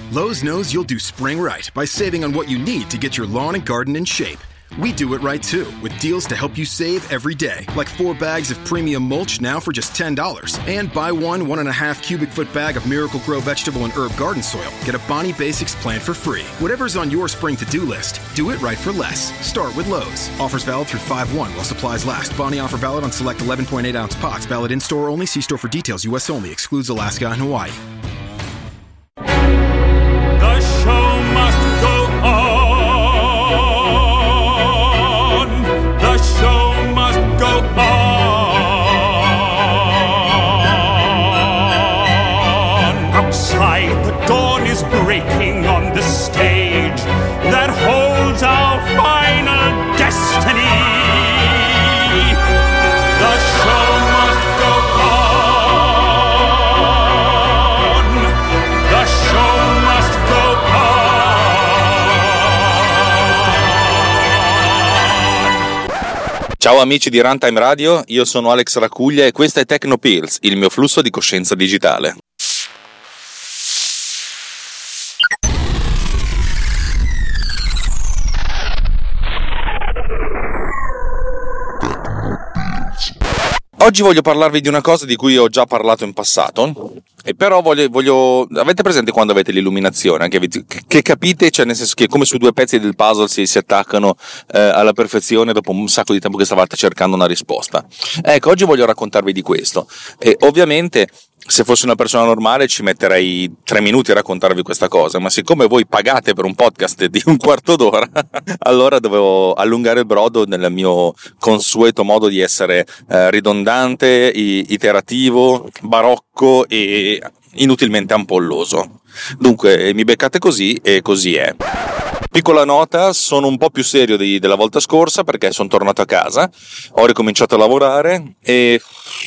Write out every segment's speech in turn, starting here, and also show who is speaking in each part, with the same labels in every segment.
Speaker 1: Lowe's knows you'll do spring right by saving on what you need to get your lawn and garden in shape. We do it right too, with deals to help you save every day. Like 4 bags of premium mulch now for just $10. And buy 1.5 cubic foot bag of Miracle-Gro vegetable and herb garden soil. Get a Bonnie Basics plant for free. Whatever's on your spring to-do list, do it right for less. Start with Lowe's. Offers valid through 5/1 while supplies last. Bonnie offer valid on select 11.8-ounce pots. Valid in-store only. See store for details. U.S. only. Excludes Alaska and Hawaii.
Speaker 2: The show must go on. The show must go on. Outside, the dawn is breaking on the stage that holds our final destiny. The show must go on. The show must go on.
Speaker 3: Ciao amici di Runtime Radio, io sono Alex Racuglia e questa è Technopills, il mio flusso di coscienza digitale. Oggi voglio parlarvi di una cosa di cui ho già parlato in passato, e però voglio... Avete presente quando avete l'illuminazione? Che capite, cioè nel senso che come su 2 pezzi del puzzle si attaccano alla perfezione dopo un sacco di tempo che stavate cercando una risposta. Ecco, oggi voglio raccontarvi di questo. E ovviamente se fossi una persona normale ci metterei 3 minuti a raccontarvi questa cosa, ma siccome voi pagate per un podcast di un quarto d'ora, allora dovevo allungare il brodo nel mio consueto modo di essere ridondante, iterativo, barocco e inutilmente ampolloso. Dunque mi beccate così e così è. Piccola nota, sono un po' più serio della volta scorsa perché sono tornato a casa, ho ricominciato a lavorare e...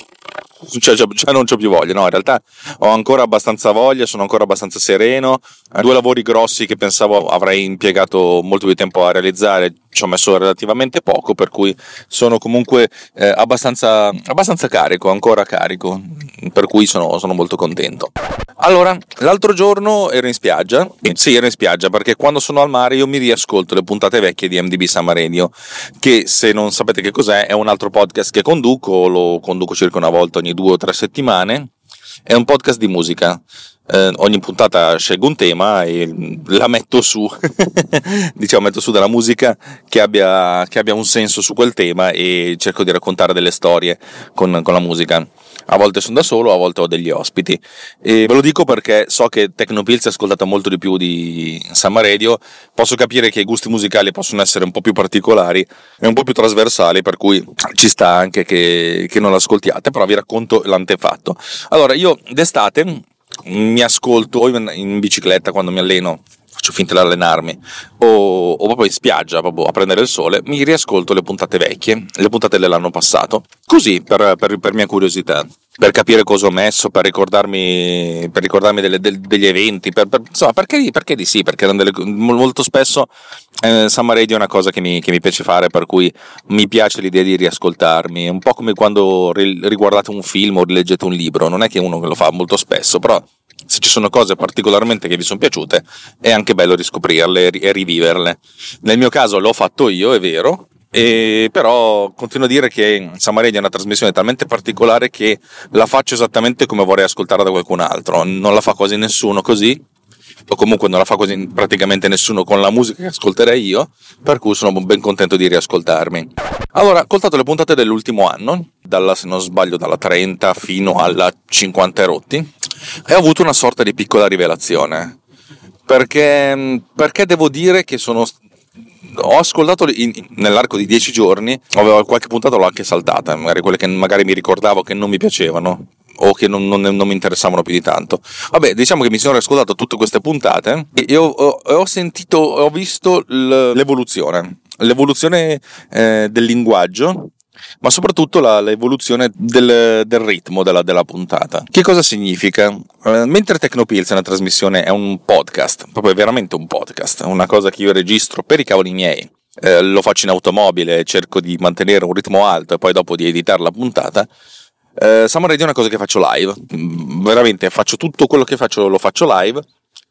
Speaker 3: Cioè non c'ho più voglia, no, in realtà ho ancora abbastanza voglia, sono ancora abbastanza sereno. 2 lavori grossi che pensavo avrei impiegato molto più tempo a realizzare ci ho messo relativamente poco, per cui sono comunque abbastanza carico, ancora carico, per cui sono molto contento. Allora, l'altro giorno ero in spiaggia, perché quando sono al mare io mi riascolto le puntate vecchie di MDB Summer Radio, che se non sapete che cos'è è un altro podcast che lo conduco circa una volta ogni 2 o 3 settimane. È un podcast di musica. Ogni puntata scelgo un tema e la metto su metto su della musica che abbia un senso su quel tema e cerco di raccontare delle storie con la musica. A volte sono da solo, a volte ho degli ospiti, e ve lo dico perché so che Technopills è ascoltata molto di più di Summer Radio. Posso capire che i gusti musicali possono essere un po' più particolari e un po' più trasversali, per cui ci sta anche che non l'ascoltiate, però vi racconto l'antefatto. Allora, io d'estate mi ascolto in bicicletta quando mi alleno, faccio finta di allenarmi, o proprio in spiaggia, proprio a prendere il sole, mi riascolto le puntate vecchie, le puntate dell'anno passato, così per mia curiosità, per capire cosa ho messo, per ricordarmi degli eventi, insomma, perché di sì, perché molto spesso Summer Radio è una cosa che mi piace fare, per cui mi piace l'idea di riascoltarmi, un po' come quando riguardate un film o rileggete un libro. Non è che uno lo fa molto spesso, però se ci sono cose particolarmente che vi sono piaciute è anche bello riscoprirle e riviverle. Nel mio caso l'ho fatto io, è vero, e però continuo a dire che Summer Radio è una trasmissione talmente particolare che la faccio esattamente come vorrei ascoltarla da qualcun altro. Non la fa quasi nessuno così, o comunque non la fa quasi praticamente nessuno con la musica che ascolterei io, per cui sono ben contento di riascoltarmi. Allora, ho ascoltato le puntate dell'ultimo anno, se non sbaglio dalla 30 fino alla 50 rotti, e ho avuto una sorta di piccola rivelazione, perché devo dire che ho ascoltato nell'arco di 10 giorni, avevo qualche puntata l'ho anche saltata, magari quelle che magari mi ricordavo che non mi piacevano o che non mi interessavano più di tanto. Vabbè, diciamo che mi sono riascoltato tutte queste puntate e ho visto l'evoluzione del linguaggio, ma soprattutto l'evoluzione del ritmo della puntata. Che cosa significa? Mentre Technopills è una trasmissione, è un podcast, proprio veramente un podcast, una cosa che io registro per i cavoli miei, lo faccio in automobile, cerco di mantenere un ritmo alto e poi dopo di editare la puntata. Summer Radio è una cosa che faccio live, veramente faccio tutto quello che faccio, lo faccio live,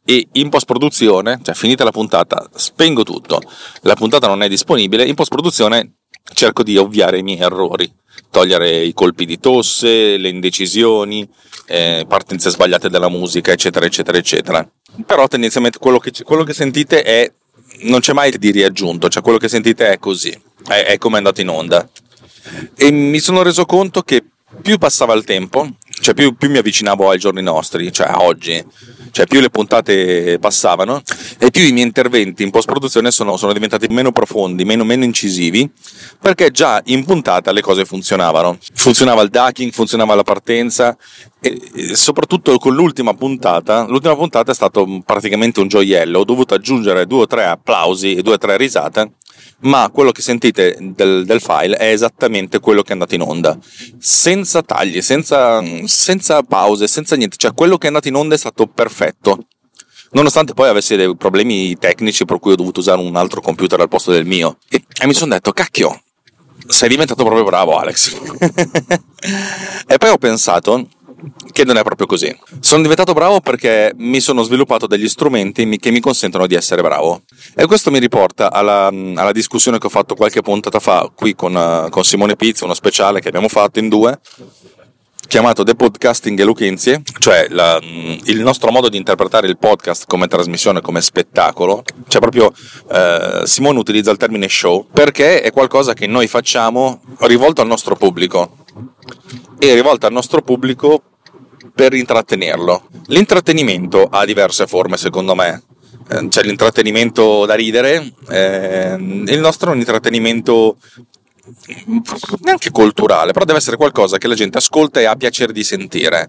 Speaker 3: e in post-produzione, cioè finita la puntata, spengo tutto, la puntata non è disponibile, in post-produzione cerco di ovviare i miei errori, togliere i colpi di tosse, le indecisioni, partenze sbagliate della musica, eccetera eccetera eccetera. Però tendenzialmente quello che sentite è, non c'è mai di riaggiunto, cioè quello che sentite è così, è come è andato in onda. E mi sono reso conto che più passava il tempo, cioè più mi avvicinavo ai giorni nostri, cioè a oggi, cioè più le puntate passavano e più i miei interventi in post-produzione sono diventati meno profondi, meno incisivi, perché già in puntata le cose funzionavano. Funzionava il ducking, funzionava la partenza e soprattutto con l'ultima puntata è stato praticamente un gioiello. Ho dovuto aggiungere 2 o 3 applausi e 2 o 3 risate, ma quello che sentite del file è esattamente quello che è andato in onda, senza tagli, senza pause, senza niente, cioè quello che è andato in onda è stato perfetto, nonostante poi avessi dei problemi tecnici per cui ho dovuto usare un altro computer al posto del mio, e mi sono detto, cacchio, sei diventato proprio bravo, Alex. E poi ho pensato che non è proprio così. Sono diventato bravo perché mi sono sviluppato degli strumenti che mi consentono di essere bravo, e questo mi riporta alla discussione che ho fatto qualche puntata fa qui con Simone Pizzi, uno speciale che abbiamo fatto in 2 chiamato The Podcasting e Lucrenzie, cioè il nostro modo di interpretare il podcast come trasmissione, come spettacolo. Cioè proprio Simone utilizza il termine show perché è qualcosa che noi facciamo rivolto al nostro pubblico, e rivolto al nostro pubblico per intrattenerlo. L'intrattenimento ha diverse forme, secondo me. C'è l'intrattenimento da ridere, il nostro è un intrattenimento neanche culturale, però deve essere qualcosa che la gente ascolta e ha piacere di sentire.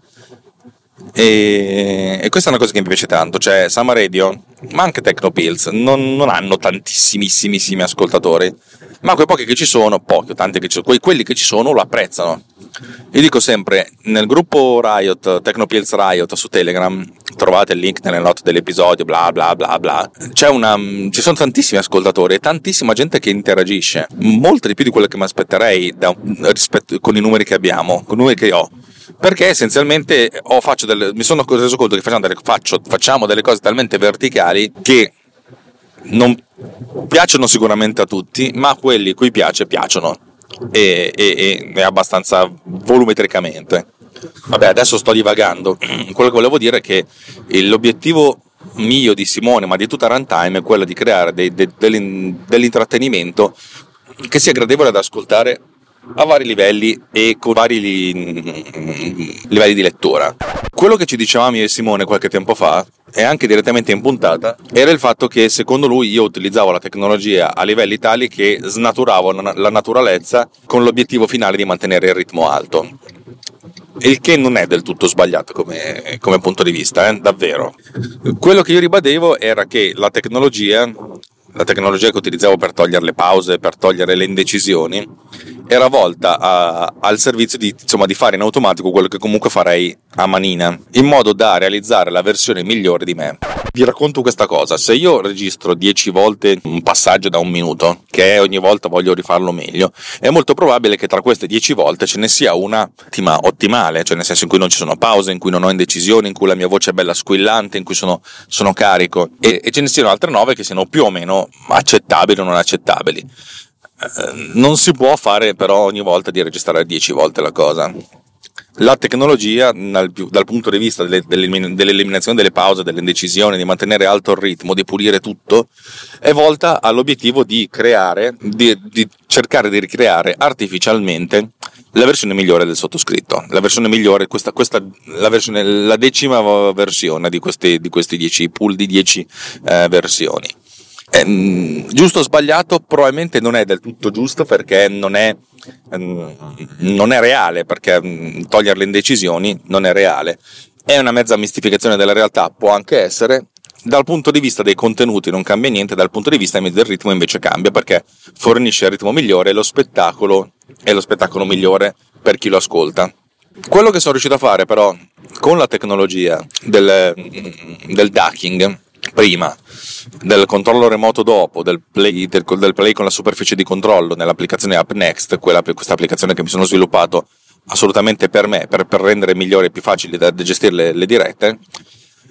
Speaker 3: E questa è una cosa che mi piace tanto. Cioè Sama Radio, ma anche Tecnopills non hanno tantissimissimi ascoltatori, ma quei pochi che ci sono, quelli che ci sono lo apprezzano. Io dico sempre, nel gruppo Riot, Tecnopills Riot su Telegram, trovate il link nelle note dell'episodio, bla bla bla bla, ci sono tantissimi ascoltatori e tantissima gente che interagisce, molto di più di quello che mi aspetterei rispetto con i numeri che abbiamo, con i numeri che ho, perché essenzialmente mi sono reso conto che facciamo delle cose talmente verticali che non piacciono sicuramente a tutti, ma a quelli cui piacciono, e abbastanza volumetricamente. Vabbè, adesso sto divagando. Quello che volevo dire è che l'obiettivo mio, di Simone, ma di tutta Runtime, è quello di creare dell'intrattenimento che sia gradevole ad ascoltare a vari livelli e con vari livelli di lettura. Quello che ci dicevamo io e Simone qualche tempo fa, e anche direttamente in puntata, era il fatto che secondo lui io utilizzavo la tecnologia a livelli tali che snaturavo la naturalezza con l'obiettivo finale di mantenere il ritmo alto. Il che non è del tutto sbagliato come punto di vista, davvero. Quello che io ribadevo era che la tecnologia che utilizzavo per togliere le pause, per togliere le indecisioni, era volta al servizio di fare in automatico quello che comunque farei a manina, in modo da realizzare la versione migliore di me. Vi racconto questa cosa: se io registro 10 volte un passaggio da 1 minuto, che ogni volta voglio rifarlo meglio, è molto probabile che tra queste 10 volte ce ne sia una ottimale, cioè nel senso in cui non ci sono pause, in cui non ho indecisioni, in cui la mia voce è bella squillante, in cui sono carico, e ce ne siano altre 9 che siano più o meno accettabili o non accettabili. Non si può fare però ogni volta di registrare 10 volte la cosa. La tecnologia, dal punto di vista dell'eliminazione delle pause, delle indecisioni, di mantenere alto il ritmo, di pulire tutto, è volta all'obiettivo di cercare di ricreare artificialmente la versione migliore del sottoscritto, la versione migliore, la 10ª versione di questi 10 pool di 10 versioni. Giusto o sbagliato? Probabilmente non è del tutto giusto, perché non è reale, perché togliere le indecisioni non è reale, è una mezza mistificazione della realtà, può anche essere. Dal punto di vista dei contenuti non cambia niente, dal punto di vista del ritmo invece cambia, perché fornisce il ritmo migliore e lo spettacolo è lo spettacolo migliore per chi lo ascolta. Quello che sono riuscito a fare però con la tecnologia del ducking prima, del controllo remoto dopo, del play con la superficie di controllo nell'applicazione UpNext, questa applicazione che mi sono sviluppato assolutamente per me, per rendere migliore e più facile da gestire le dirette,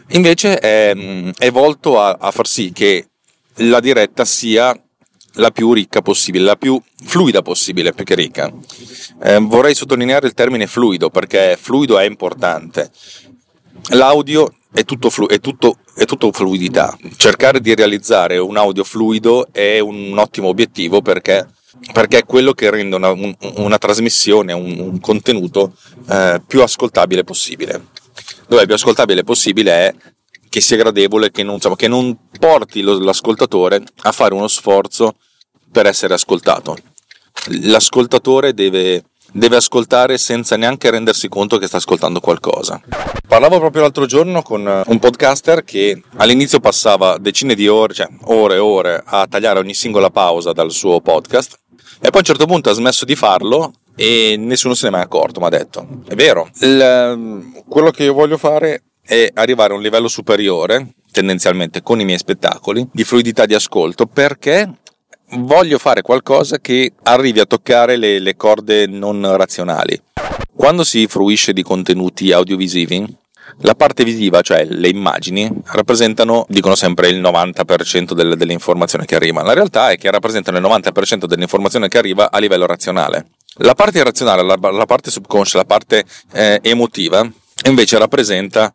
Speaker 3: Invece è volto a far sì che la diretta sia la più ricca possibile, la più fluida possibile, più che ricca. Vorrei sottolineare il termine fluido, perché fluido è importante. L'audio è tutto fluidità. Cercare di realizzare un audio fluido è un ottimo obiettivo, perché è quello che rende una trasmissione, un contenuto più ascoltabile possibile. Dove più ascoltabile possibile è che sia gradevole, che non porti l'ascoltatore a fare uno sforzo per essere ascoltato. L'ascoltatore deve ascoltare senza neanche rendersi conto che sta ascoltando qualcosa. Parlavo proprio l'altro giorno con un podcaster che all'inizio passava decine di ore, cioè ore e ore, a tagliare ogni singola pausa dal suo podcast, e poi a un certo punto ha smesso di farlo e nessuno se ne è mai accorto. Mi ha detto: è vero, quello che io voglio fare è arrivare a un livello superiore, tendenzialmente con i miei spettacoli, di fluidità di ascolto, perché voglio fare qualcosa che arrivi a toccare le corde non razionali. Quando si fruisce di contenuti audiovisivi, la parte visiva, cioè le immagini, rappresentano, dicono sempre, il 90% dell'informazione che arriva. La realtà è che rappresentano il 90% dell'informazione che arriva a livello razionale. La parte irrazionale, la parte subconscia, la parte emotiva, invece rappresenta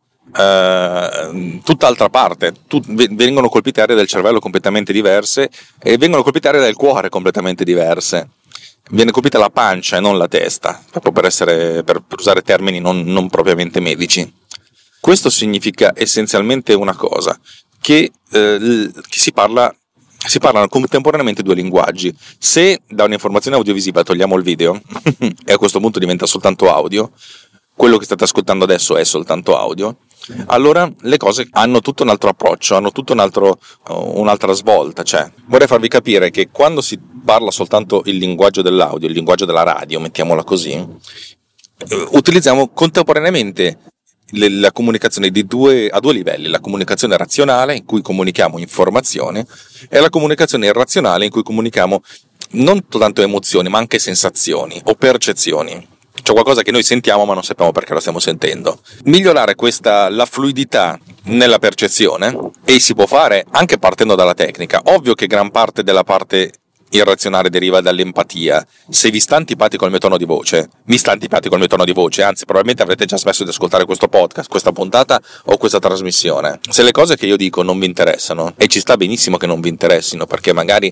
Speaker 3: tutt'altra parte. Vengono colpite aree del cervello completamente diverse e vengono colpite aree del cuore completamente diverse. Viene colpita la pancia e non la testa, proprio per usare termini non propriamente medici. Questo significa essenzialmente una cosa, che si parlano contemporaneamente due linguaggi. Se da un'informazione audiovisiva togliamo il video e a questo punto diventa soltanto audio, quello che state ascoltando adesso è soltanto audio, allora le cose hanno tutto un altro approccio, hanno tutto un'altra svolta. Cioè, vorrei farvi capire che quando si parla soltanto il linguaggio dell'audio, il linguaggio della radio, mettiamola così, utilizziamo contemporaneamente la comunicazione a due livelli: la comunicazione razionale, in cui comunichiamo informazione, e la comunicazione irrazionale, in cui comunichiamo non soltanto emozioni ma anche sensazioni o percezioni. C'è qualcosa che noi sentiamo ma non sappiamo perché lo stiamo sentendo. Migliorare la fluidità nella percezione, e si può fare anche partendo dalla tecnica. Ovvio che gran parte della parte irrazionale deriva dall'empatia. Se vi sta antipatico il mio tono di voce, mi sta antipatico il mio tono di voce, anzi probabilmente avrete già smesso di ascoltare questo podcast, questa puntata o questa trasmissione. Se le cose che io dico non vi interessano, e ci sta benissimo che non vi interessino, perché magari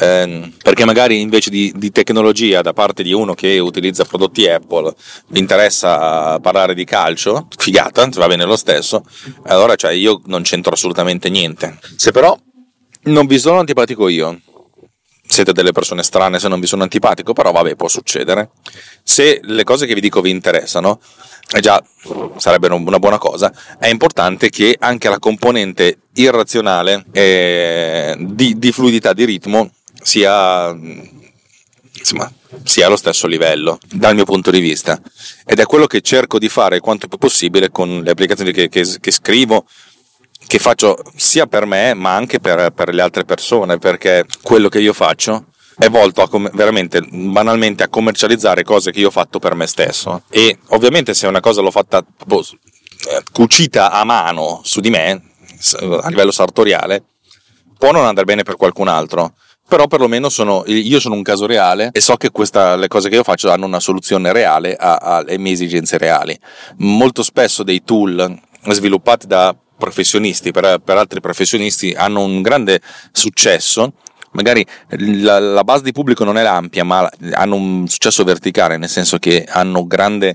Speaker 3: invece di tecnologia da parte di uno che utilizza prodotti Apple vi interessa parlare di calcio, figata, va bene lo stesso, allora cioè io non c'entro assolutamente niente. Se però non vi sono antipatico io, siete delle persone strane se non vi sono antipatico, però vabbè, può succedere. Se le cose che vi dico vi interessano, già sarebbe una buona cosa. È importante che anche la componente irrazionale di fluidità di ritmo sia allo stesso livello, dal mio punto di vista, ed è quello che cerco di fare quanto più possibile con le applicazioni che scrivo, che faccio sia per me ma anche per le altre persone, perché quello che io faccio è volto veramente banalmente a commercializzare cose che io ho fatto per me stesso. E ovviamente se una cosa l'ho fatta cucita a mano su di me a livello sartoriale, può non andare bene per qualcun altro, però perlomeno io sono un caso reale e so che le cose che io faccio hanno una soluzione reale alle mie esigenze reali. Molto spesso dei tool sviluppati da professionisti per altri professionisti hanno un grande successo. Magari la base di pubblico non è ampia, ma hanno un successo verticale, nel senso che hanno grande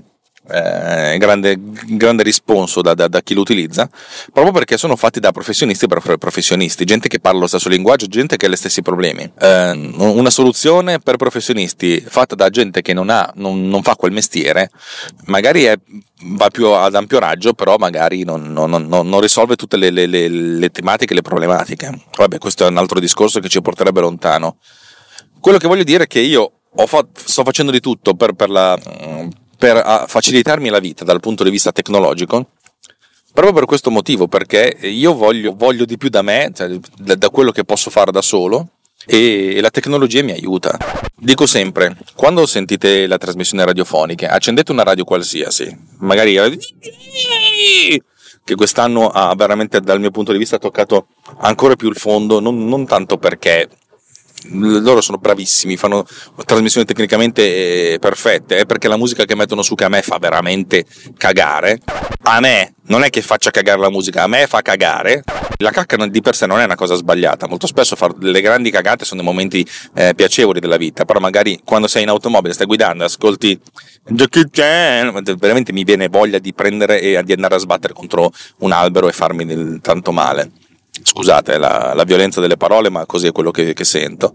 Speaker 3: risponso da chi lo utilizza, proprio perché sono fatti da professionisti per professionisti, gente che parla lo stesso linguaggio, gente che ha gli stessi problemi. Una soluzione per professionisti fatta da gente che non fa quel mestiere magari va più ad ampio raggio, però magari non risolve tutte le tematiche, le problematiche. Vabbè, questo è un altro discorso che ci porterebbe lontano. Quello che voglio dire è che io sto facendo di tutto per facilitarmi la vita dal punto di vista tecnologico, proprio per questo motivo, perché io voglio di più da me, cioè da quello che posso fare da solo, e la tecnologia mi aiuta. Dico sempre, quando sentite la trasmissione radiofonica, accendete una radio qualsiasi, magari che quest'anno ha veramente, dal mio punto di vista, toccato ancora più il fondo, non tanto perché loro sono bravissimi, fanno trasmissioni tecnicamente perfette, è perché la musica che mettono su, che a me fa veramente cagare, a me non è che faccia cagare la musica, a me fa cagare. La cacca di per sé non è una cosa sbagliata, molto spesso fare delle grandi cagate sono dei momenti piacevoli della vita, però magari quando sei in automobile, stai guidando, ascolti Jackie Chan, veramente mi viene voglia di prendere e di andare a sbattere contro un albero e farmi tanto male. Scusate la violenza delle parole, ma così è quello che sento.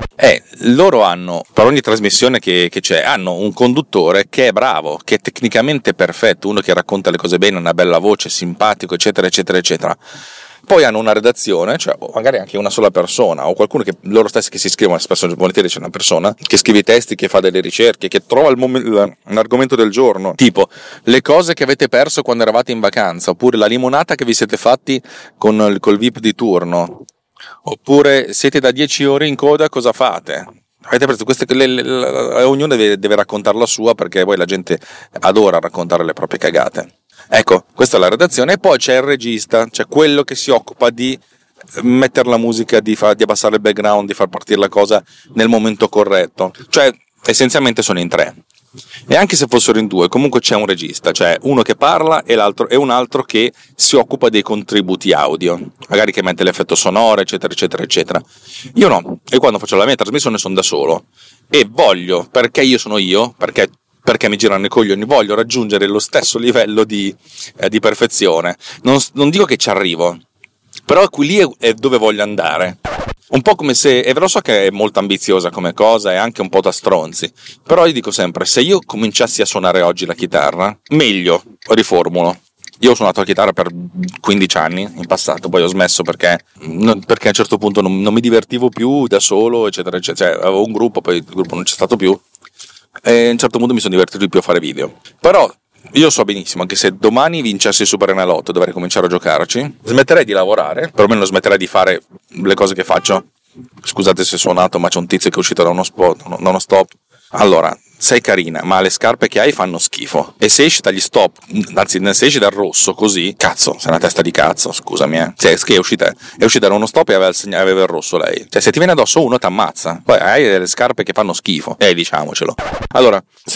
Speaker 3: Loro hanno, per ogni trasmissione che c'è, hanno un conduttore che è bravo, che è tecnicamente perfetto, uno che racconta le cose bene, una bella voce, simpatico, eccetera, eccetera, eccetera. Poi hanno una redazione, cioè magari anche una sola persona, o qualcuno che loro stessi che si scrivono, spesso volentieri c'è una persona che scrive i testi, che fa delle ricerche, che trova l'argomento del giorno, tipo le cose che avete perso quando eravate in vacanza, oppure la limonata che vi siete fatti col VIP di turno, oppure siete da 10 ore in coda, cosa fate? Avete preso queste, ognuno deve raccontare la sua, perché poi la gente adora raccontare le proprie cagate. Ecco, questa è la redazione, e poi c'è il regista, cioè quello che si occupa di mettere la musica, di abbassare il background, di far partire la cosa nel momento corretto. Cioè, essenzialmente sono in 3. E anche se fossero in 2, comunque c'è un regista, cioè uno che parla e un altro che si occupa dei contributi audio, magari che mette l'effetto sonoro, eccetera, eccetera, eccetera. Io no, e quando faccio la mia trasmissione sono da solo, e voglio, perché io sono io, perché mi girano i coglioni, voglio raggiungere lo stesso livello di perfezione. Non dico che ci arrivo, però lì è dove voglio andare. Un po' come se, e ve lo so che è molto ambiziosa come cosa e anche un po' da stronzi, però io dico sempre, se io cominciassi a suonare oggi la chitarra, meglio, riformulo. Io ho suonato la chitarra per 15 anni in passato, poi ho smesso perché a un certo punto non mi divertivo più da solo, eccetera, eccetera. Cioè, avevo un gruppo, poi il gruppo non c'è stato più, e a un certo punto mi sono divertito di più a fare video. Però io so benissimo che se domani vincessi il Super Enalotto, dovrei cominciare a giocarci, smetterei di lavorare, perlomeno smetterei di fare le cose che faccio. Scusate se ho suonato, ma c'è un tizio che è uscito da uno stop. Allora, sei carina, ma le scarpe che hai fanno schifo. E se esci dagli stop, anzi, se esci dal rosso così, cazzo, sei una testa di cazzo, scusami, Cioè, che è uscita da uno stop e aveva il rosso lei. Cioè, se ti viene addosso uno, ti ammazza. Poi hai delle scarpe che fanno schifo. Diciamocelo. Allora, se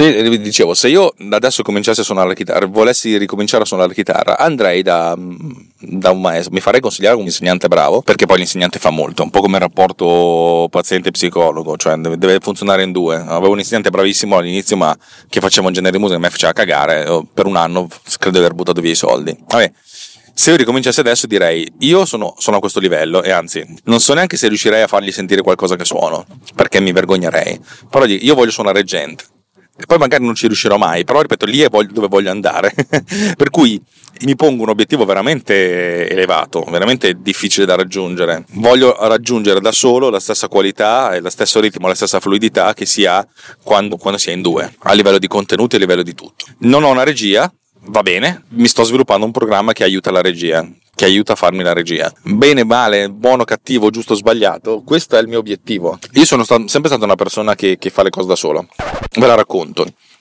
Speaker 3: io adesso cominciassi a suonare la chitarra, volessi ricominciare a suonare la chitarra, andrei da un maestro, mi farei consigliare un insegnante bravo, perché poi l'insegnante fa molto, un po' come il rapporto paziente-psicologo, cioè deve funzionare in 2. Avevo un insegnante bravissimo all'inizio, ma che faceva un genere di musica che mi faceva cagare, per un anno credo di aver buttato via i soldi. Vabbè, se io ricominciassi adesso direi, io sono a questo livello, e anzi non so neanche se riuscirei a fargli sentire qualcosa che suono, perché mi vergognerei, però io voglio suonare gente. E poi magari non ci riuscirò mai, però ripeto, lì è dove voglio andare. Per cui mi pongo un obiettivo veramente elevato, veramente difficile da raggiungere. Voglio raggiungere da solo la stessa qualità e lo stesso ritmo, la stessa fluidità che si ha quando si è in 2, a livello di contenuti e a livello di tutto. Non ho una regia, va bene, mi sto sviluppando un programma che aiuta la regia, che aiuta a farmi la regia. Bene, male, buono, cattivo, giusto, sbagliato, questo è il mio obiettivo. Io sono sempre stata una persona che fa le cose da solo. Ve la racconto.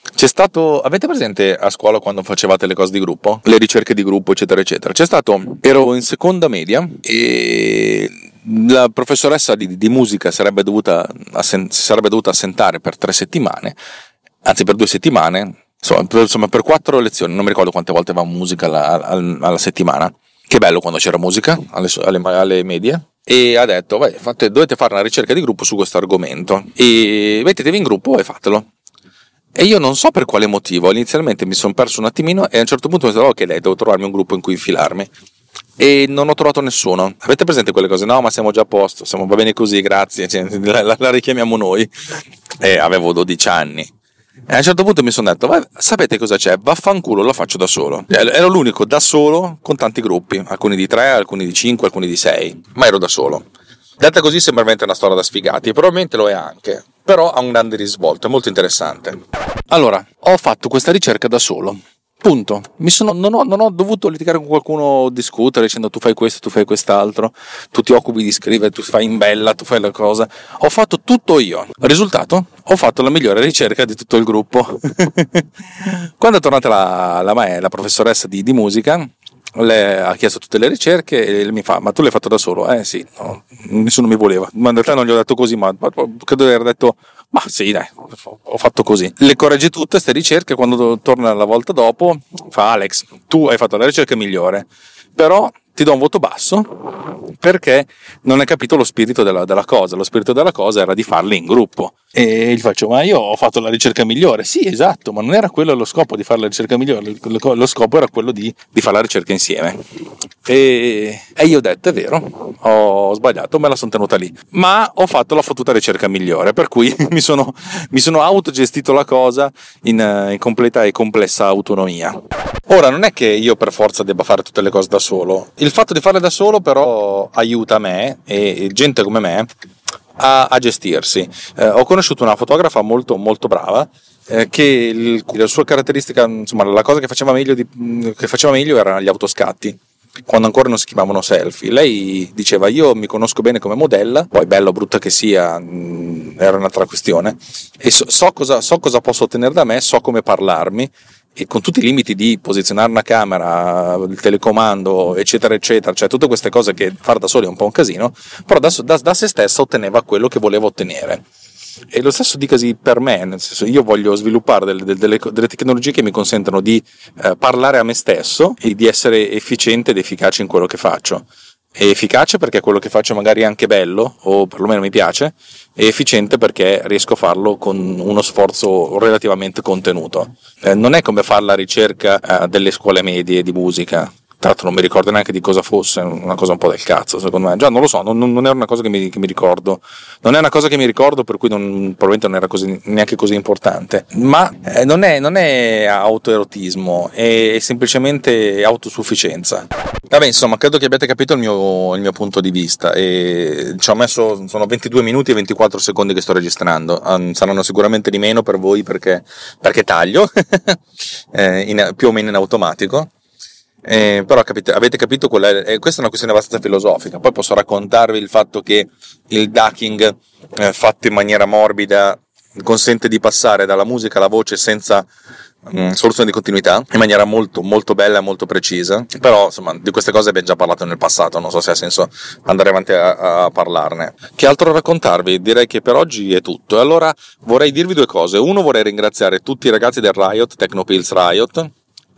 Speaker 3: Avete presente a scuola quando facevate le cose di gruppo? Le ricerche di gruppo, eccetera, eccetera. Ero in seconda media e la professoressa di musica si sarebbe dovuta assentare per 3 settimane, anzi per 2 settimane, insomma per 4 lezioni, non mi ricordo quante volte avevamo musica alla settimana. Che bello quando c'era musica alle medie. E ha detto, dovete fare una ricerca di gruppo su questo argomento e mettetevi in gruppo e fatelo. E io non so per quale motivo, inizialmente mi sono perso un attimino e a un certo punto mi sono detto, ok, devo trovarmi un gruppo in cui infilarmi. E non ho trovato nessuno. Avete presente quelle cose? No, ma siamo già a posto, va bene così, grazie, la richiamiamo noi. E avevo 12 anni. E a un certo punto mi sono detto, sapete cosa c'è? Vaffanculo, lo faccio da solo. Ero l'unico da solo con tanti gruppi, alcuni di 3, alcuni di 5, alcuni di 6, ma ero da solo. Detta così sembra veramente una storia da sfigati, probabilmente lo è anche, però ha un grande risvolto, è molto interessante. Allora, ho fatto questa ricerca da solo. Punto. Non ho dovuto litigare con qualcuno, discutere dicendo tu fai questo, tu fai quest'altro, tu ti occupi di scrivere, tu fai in bella, tu fai la cosa. Ho fatto tutto io. Risultato? Ho fatto la migliore ricerca di tutto il gruppo. Quando è tornata la professoressa di musica, Lei ha chiesto tutte le ricerche e mi fa: ma tu l'hai fatto da solo? Sì, no, nessuno mi voleva. Ma in realtà non gli ho detto così, ma credo di aver detto: ma sì, dai, ho fatto così. Le corregge tutte queste ricerche. Quando torna la volta dopo fa: Alex, tu hai fatto la ricerca migliore, però ti do un voto basso perché non hai capito lo spirito della cosa. Lo spirito della cosa era di farli in gruppo. E gli faccio: ma io ho fatto la ricerca migliore. Sì, esatto, ma non era quello lo scopo di fare la ricerca migliore. Lo scopo era quello di fare la ricerca insieme. E io ho detto: è vero, ho sbagliato, me la sono tenuta lì, ma ho fatto la fottuta ricerca migliore, per cui mi sono autogestito la cosa in completa e complessa autonomia. Ora, non è che io per forza debba fare tutte le cose da solo. Il fatto di farle da solo però aiuta me e gente come me a gestirsi. Ho conosciuto una fotografa molto molto brava, che la sua caratteristica, insomma, la cosa che faceva meglio erano gli autoscatti, quando ancora non si chiamavano selfie. Lei diceva: io mi conosco bene come modella, poi bella o brutta che sia era un'altra questione, e so cosa posso ottenere da me, so come parlarmi, e con tutti i limiti di posizionare una camera, il telecomando, eccetera eccetera, cioè tutte queste cose che fare da soli è un po' un casino, però da se stessa otteneva quello che voleva ottenere. E lo stesso dicasi per me, nel senso, io voglio sviluppare delle tecnologie che mi consentono di parlare a me stesso e di essere efficiente ed efficace in quello che faccio. È efficace perché quello che faccio magari è anche bello, o perlomeno mi piace, e efficiente perché riesco a farlo con uno sforzo relativamente contenuto. Non è come fare la ricerca delle scuole medie di musica. Tra l'altro non mi ricordo neanche di cosa fosse, una cosa un po' del cazzo secondo me. Già non lo so, non era una cosa che mi ricordo. Non è una cosa che mi ricordo, per cui probabilmente non era neanche così importante. Ma non è autoerotismo, è semplicemente autosufficienza. Vabbè, insomma, credo che abbiate capito il mio punto di vista, e ci ho messo, sono 22 minuti e 24 secondi che sto registrando. Saranno sicuramente di meno per voi perché taglio più o meno in automatico. Però avete capito questa è una questione abbastanza filosofica. Poi posso raccontarvi il fatto che il ducking fatto in maniera morbida consente di passare dalla musica alla voce senza soluzione di continuità, in maniera molto molto bella e molto precisa. Però insomma di queste cose abbiamo già parlato nel passato, non so se ha senso andare avanti a parlarne. Che altro raccontarvi? Direi che per oggi è tutto. Allora vorrei dirvi due cose. Uno, vorrei ringraziare tutti i ragazzi del Riot, Technopills Riot,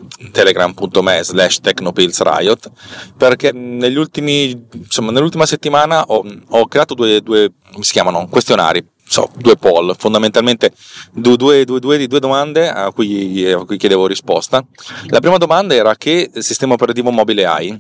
Speaker 3: telegram.me/technopillsriot, perché nell'ultima settimana ho creato due come si chiamano, questionari, due poll, fondamentalmente due domande a cui chiedevo risposta. La prima domanda era: che sistema operativo mobile hai?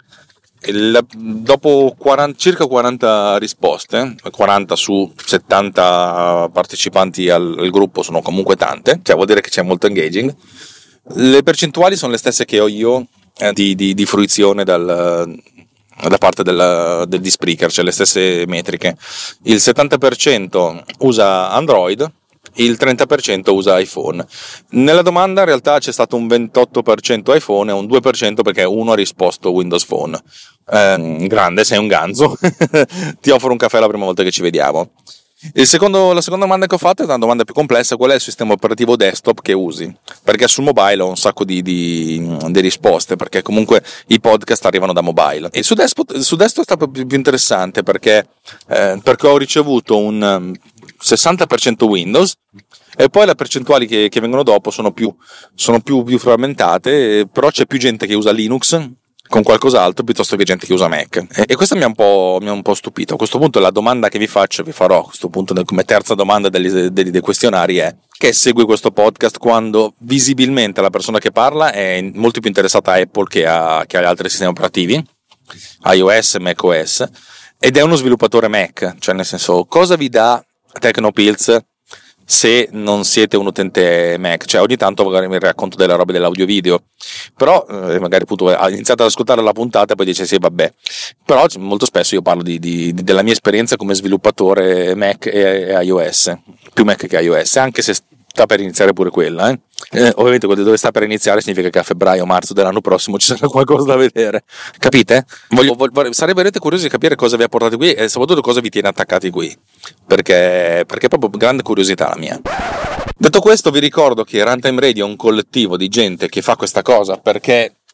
Speaker 3: Dopo circa 40 risposte, 40 su 70 partecipanti al gruppo sono comunque tante, cioè vuol dire che c'è molto engaging. Le percentuali sono le stesse che ho io di fruizione da parte di Spreaker, cioè le stesse metriche. Il 70% usa Android, il 30% usa iPhone. Nella domanda in realtà c'è stato un 28% iPhone e un 2% perché uno ha risposto Windows Phone. Grande, sei un ganzo. Ti offro un caffè la prima volta che ci vediamo. La seconda domanda che ho fatto è una domanda più complessa: qual è il sistema operativo desktop che usi? Perché sul mobile ho un sacco di risposte, perché comunque i podcast arrivano da mobile. E su desktop è stato più interessante perché ho ricevuto un 60% Windows, e poi le percentuali che vengono dopo sono più frammentate, però c'è più gente che usa Linux con qualcos'altro piuttosto che gente che usa Mac, e questo mi ha un po' stupito. A questo punto la domanda che vi farò a questo punto come terza domanda dei questionari è: che segui questo podcast quando visibilmente la persona che parla è molto più interessata a Apple che agli altri sistemi operativi, iOS, macOS, ed è uno sviluppatore Mac, cioè nel senso, cosa vi dà Technopills se non siete un utente Mac? Cioè ogni tanto magari mi racconto delle robe dell'audio video, però magari appunto ha iniziato ad ascoltare la puntata e poi dice sì vabbè, però molto spesso io parlo della mia esperienza come sviluppatore Mac e iOS, più Mac che iOS, anche se sta per iniziare pure quella, ovviamente dove sta per iniziare significa che a febbraio-marzo dell'anno prossimo ci sarà qualcosa da vedere, capite? Sarete curiosi di capire cosa vi ha portato qui e soprattutto cosa vi tiene attaccati qui, perché è proprio grande curiosità la mia. Detto questo, vi ricordo che Runtime Radio è un collettivo di gente che fa questa cosa perché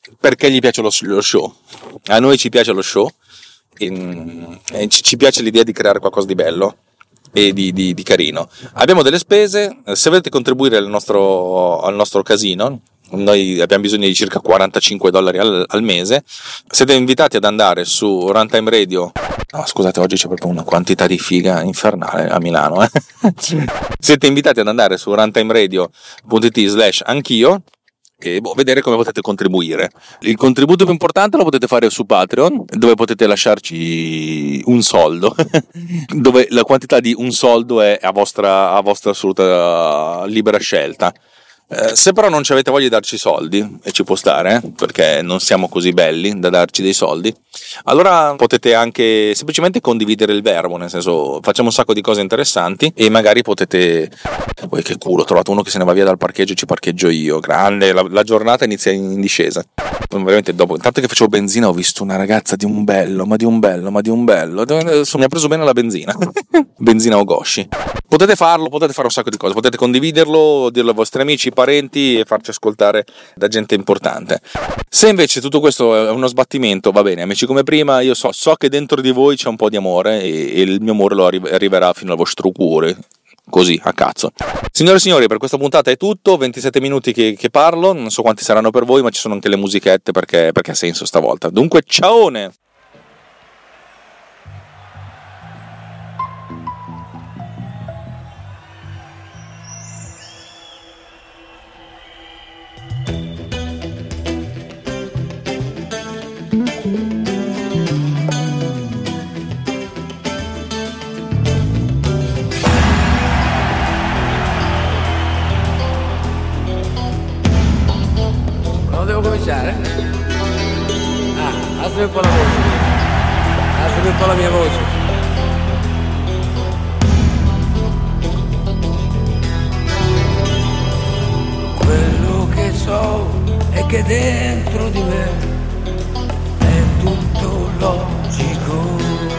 Speaker 3: perché gli piace lo show. A noi ci piace lo show e ci piace l'idea di creare qualcosa di bello e di carino. Abbiamo delle spese, se volete contribuire al nostro casino, noi abbiamo bisogno di circa $45 al mese. Siete invitati ad andare su Runtime Radio. Scusate, oggi c'è proprio una quantità di figa infernale a Milano. Siete invitati ad andare su runtimeradio.it/anch'io e vedere come potete contribuire. Il contributo più importante lo potete fare su Patreon, dove potete lasciarci un soldo dove la quantità di un soldo è a vostra assoluta libera scelta. Se però non ci avete voglia di darci soldi, e ci può stare, perché non siamo così belli da darci dei soldi, allora potete anche semplicemente condividere il verbo, nel senso, facciamo un sacco di cose interessanti e magari potete... Poi che culo, ho trovato uno che se ne va via dal parcheggio e ci parcheggio io, grande, la giornata inizia in discesa. Veramente dopo, intanto che facevo benzina ho visto una ragazza di un bello, mi ha preso bene la benzina. Benzina Ogoshi. Potete farlo, potete fare un sacco di cose, potete condividerlo, dirlo ai vostri amici, parenti e farci ascoltare da gente importante. Se invece tutto questo è uno sbattimento, va bene, amici come prima, io so che dentro di voi c'è un po' di amore e il mio amore lo arriverà fino al vostro cuore. Così, a cazzo. Signore e signori, per questa puntata è tutto, 27 minuti che parlo, non so quanti saranno per voi, ma ci sono anche le musichette perché ha senso stavolta. Dunque, ciaone!
Speaker 4: Devo cominciare? Alzami un po' la voce. Alzami un po' la mia voce. Quello che so è che dentro di me è tutto logico.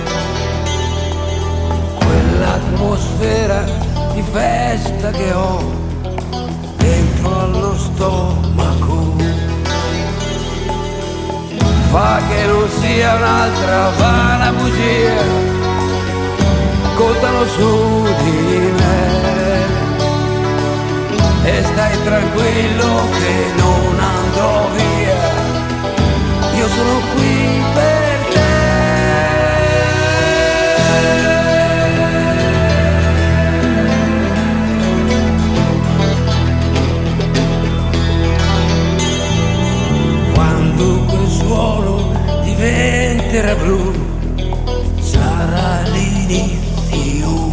Speaker 4: Quell'atmosfera di festa che ho dentro allo stomaco fa che non sia un'altra vana bugia, contano su di me e stai tranquillo che non andrò via, io sono qui per te. Quando quel suono diventerà blu, sarà l'inizio.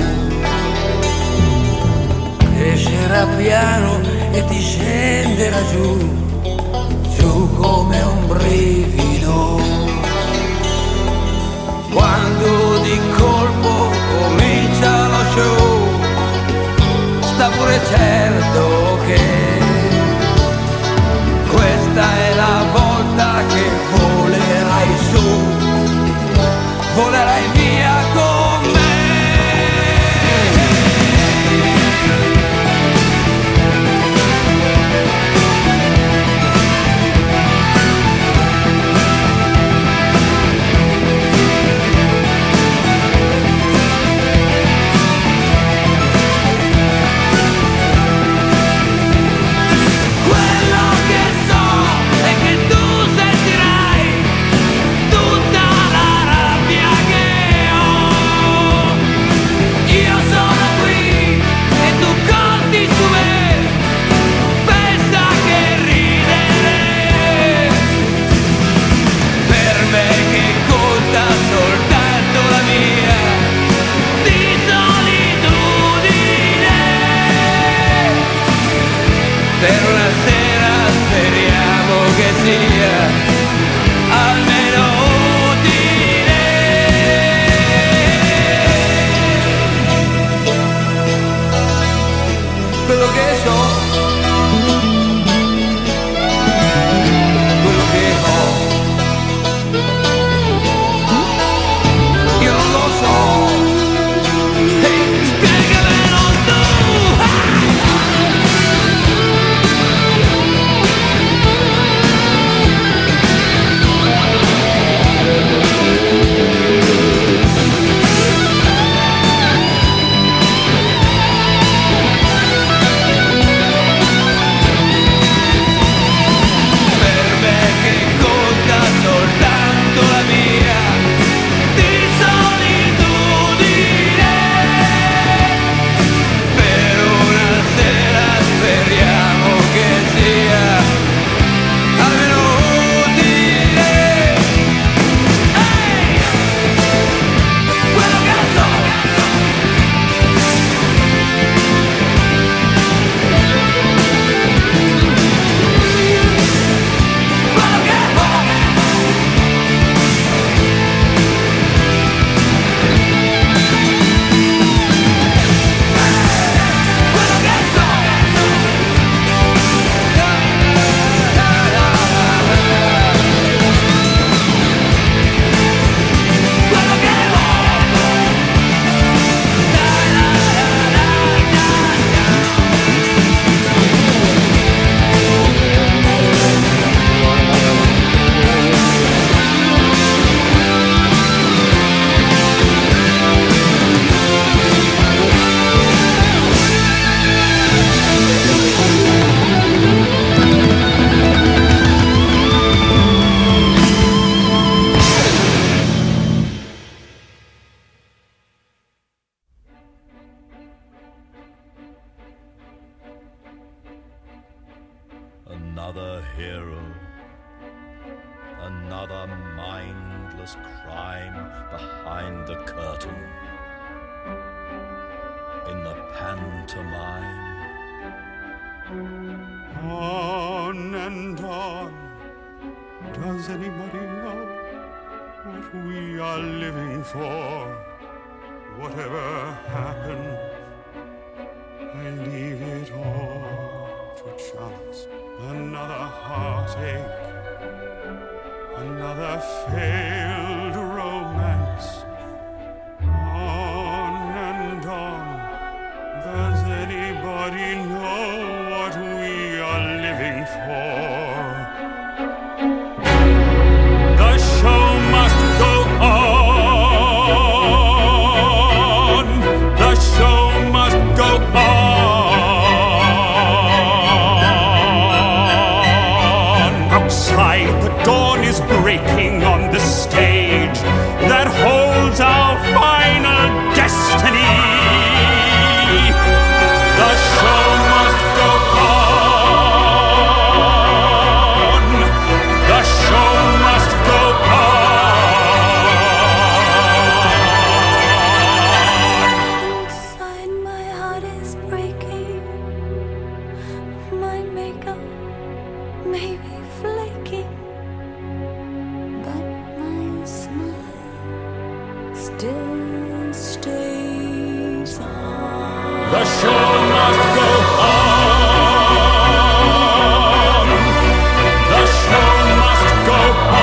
Speaker 4: Crescerà piano e ti scenderà giù, giù come un brivido. Quando di colpo comincia lo show, sta pure certo che questa è la volta che volerai su, volerai via con me.
Speaker 5: Another hero, another mindless crime behind the curtain. In the pantomime.
Speaker 2: On and on. Does anybody know what we are living for? Whatever happens, I leave it all to chance. Another heartache, another failed romance. On and on. Does anybody know what we are living for? The show must go on. The show must go on. Outside, the dawn is breaking on the stage that holds our final destiny. The show must go on. The show must go
Speaker 6: on. Inside my heart is breaking. My makeup may be flaking, but my smile still stays on.
Speaker 2: The show must go on. The show must go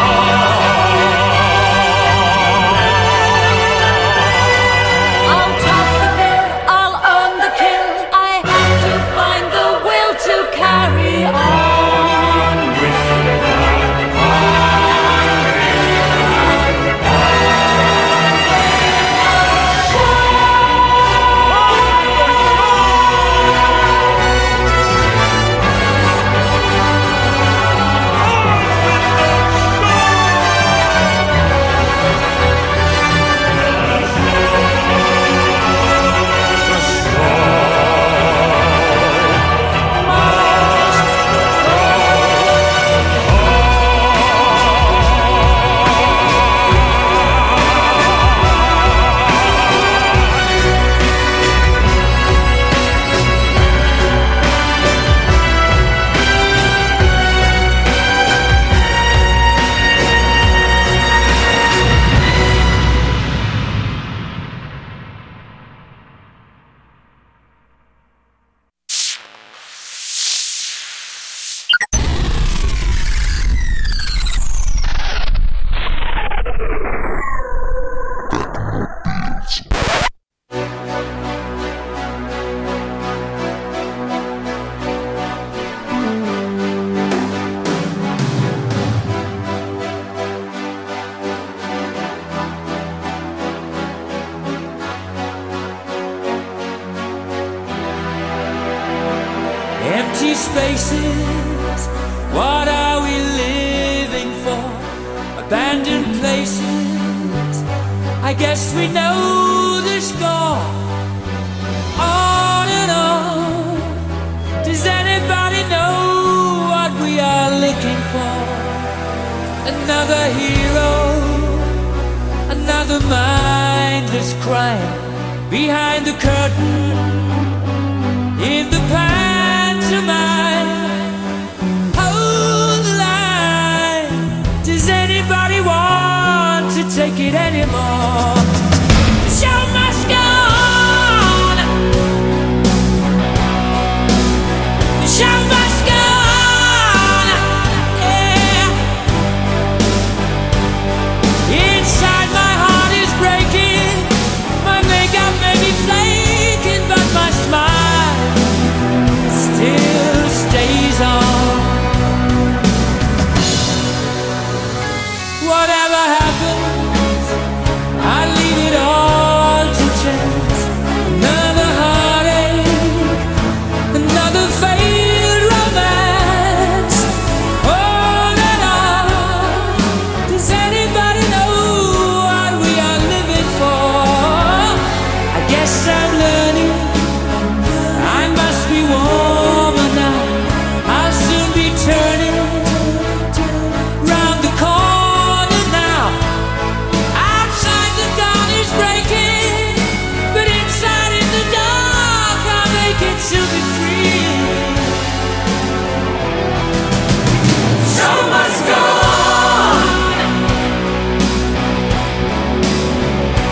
Speaker 2: on.
Speaker 6: I'll top the bill, I'll earn the kill. I have to find the will to carry on with
Speaker 7: Empty spaces, what are we living for? Abandoned places, I guess we know the score. On and on, does anybody know what we are looking for? Another hero, another mindless crime behind the curtain, in the pantomime. Hold the line. Does anybody want to take it anymore? The show must go on. The show must go on. Yeah. Inside my heart is breaking. My makeup may be flaking, but my smile still stays on. Whatever happens, I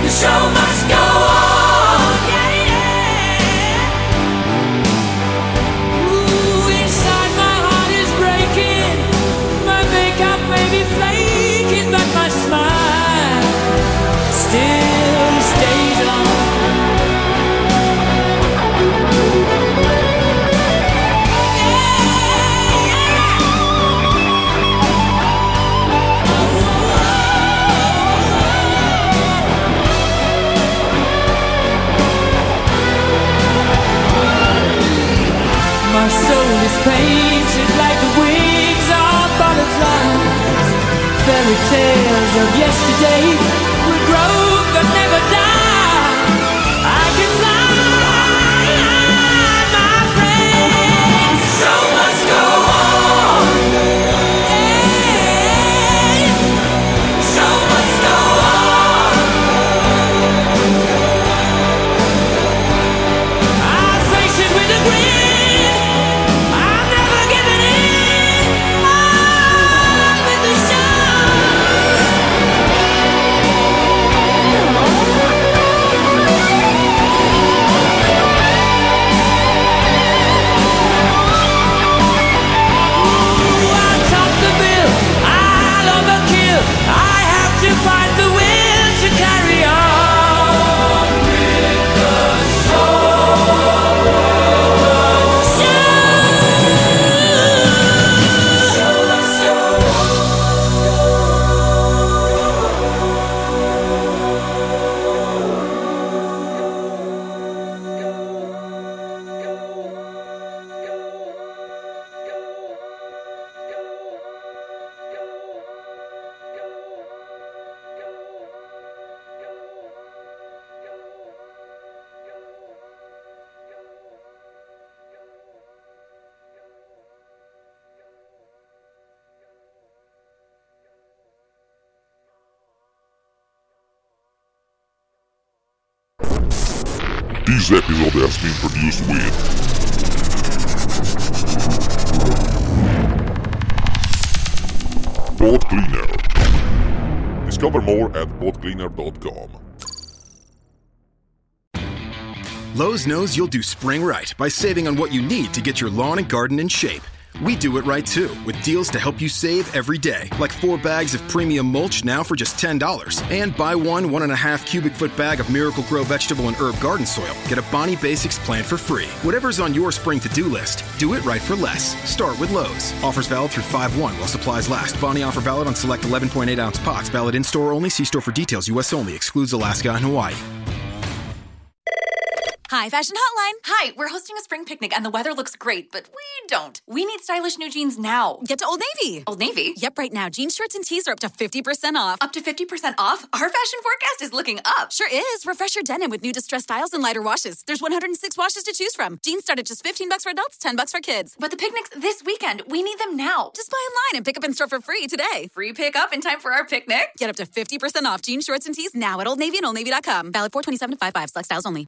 Speaker 7: The show must go on. Yeah, yeah. Ooh, inside my heart is breaking. My makeup may be faking, but my smile still stays on. My soul is painted like the wings of butterflies. Fairy tales of yesterday will grow but never die. I can fly, my friend. Show must go on. Hey, show must go on. I face it with a grin. To find the will to carry on with the
Speaker 8: This episode has been produced with Boat Cleaner. Discover more at boatcleaner.com.
Speaker 1: Lowe's knows you'll do spring right by saving on what you need to get your lawn and garden in shape. We do it right too, with deals to help you save every day, like 4 bags of premium mulch now for just $10. And buy 1.5 cubic foot bag of Miracle-Gro vegetable and herb garden soil. Get a Bonnie Basics plant for free. Whatever's on your spring to-do list, do it right for less. Start with Lowe's. Offers valid through 5/1 while supplies last. Bonnie offer valid on select 11.8-ounce pots. Valid in-store only. See store for details. U.S. only. Excludes Alaska and Hawaii.
Speaker 9: Hi, Fashion Hotline.
Speaker 10: Hi, we're hosting a spring picnic and the weather looks great, but we don't. We need stylish new jeans now.
Speaker 9: Get to Old Navy.
Speaker 10: Old Navy?
Speaker 9: Yep, right now. Jeans, shirts, and tees are up to 50% off.
Speaker 10: Up to 50% off? Our fashion forecast is looking up.
Speaker 9: Sure is. Refresh your denim with new distressed styles and lighter washes. There's 106 washes to choose from. Jeans start at just $15 for adults, $10 for kids.
Speaker 10: But the picnic's this weekend. We need them now.
Speaker 9: Just buy online and pick up in store for free today.
Speaker 10: Free pickup in time for our picnic?
Speaker 9: Get up to 50% off jeans, shorts, and tees now at Old Navy and OldNavy.com. Valid 4/27/55. Select styles only.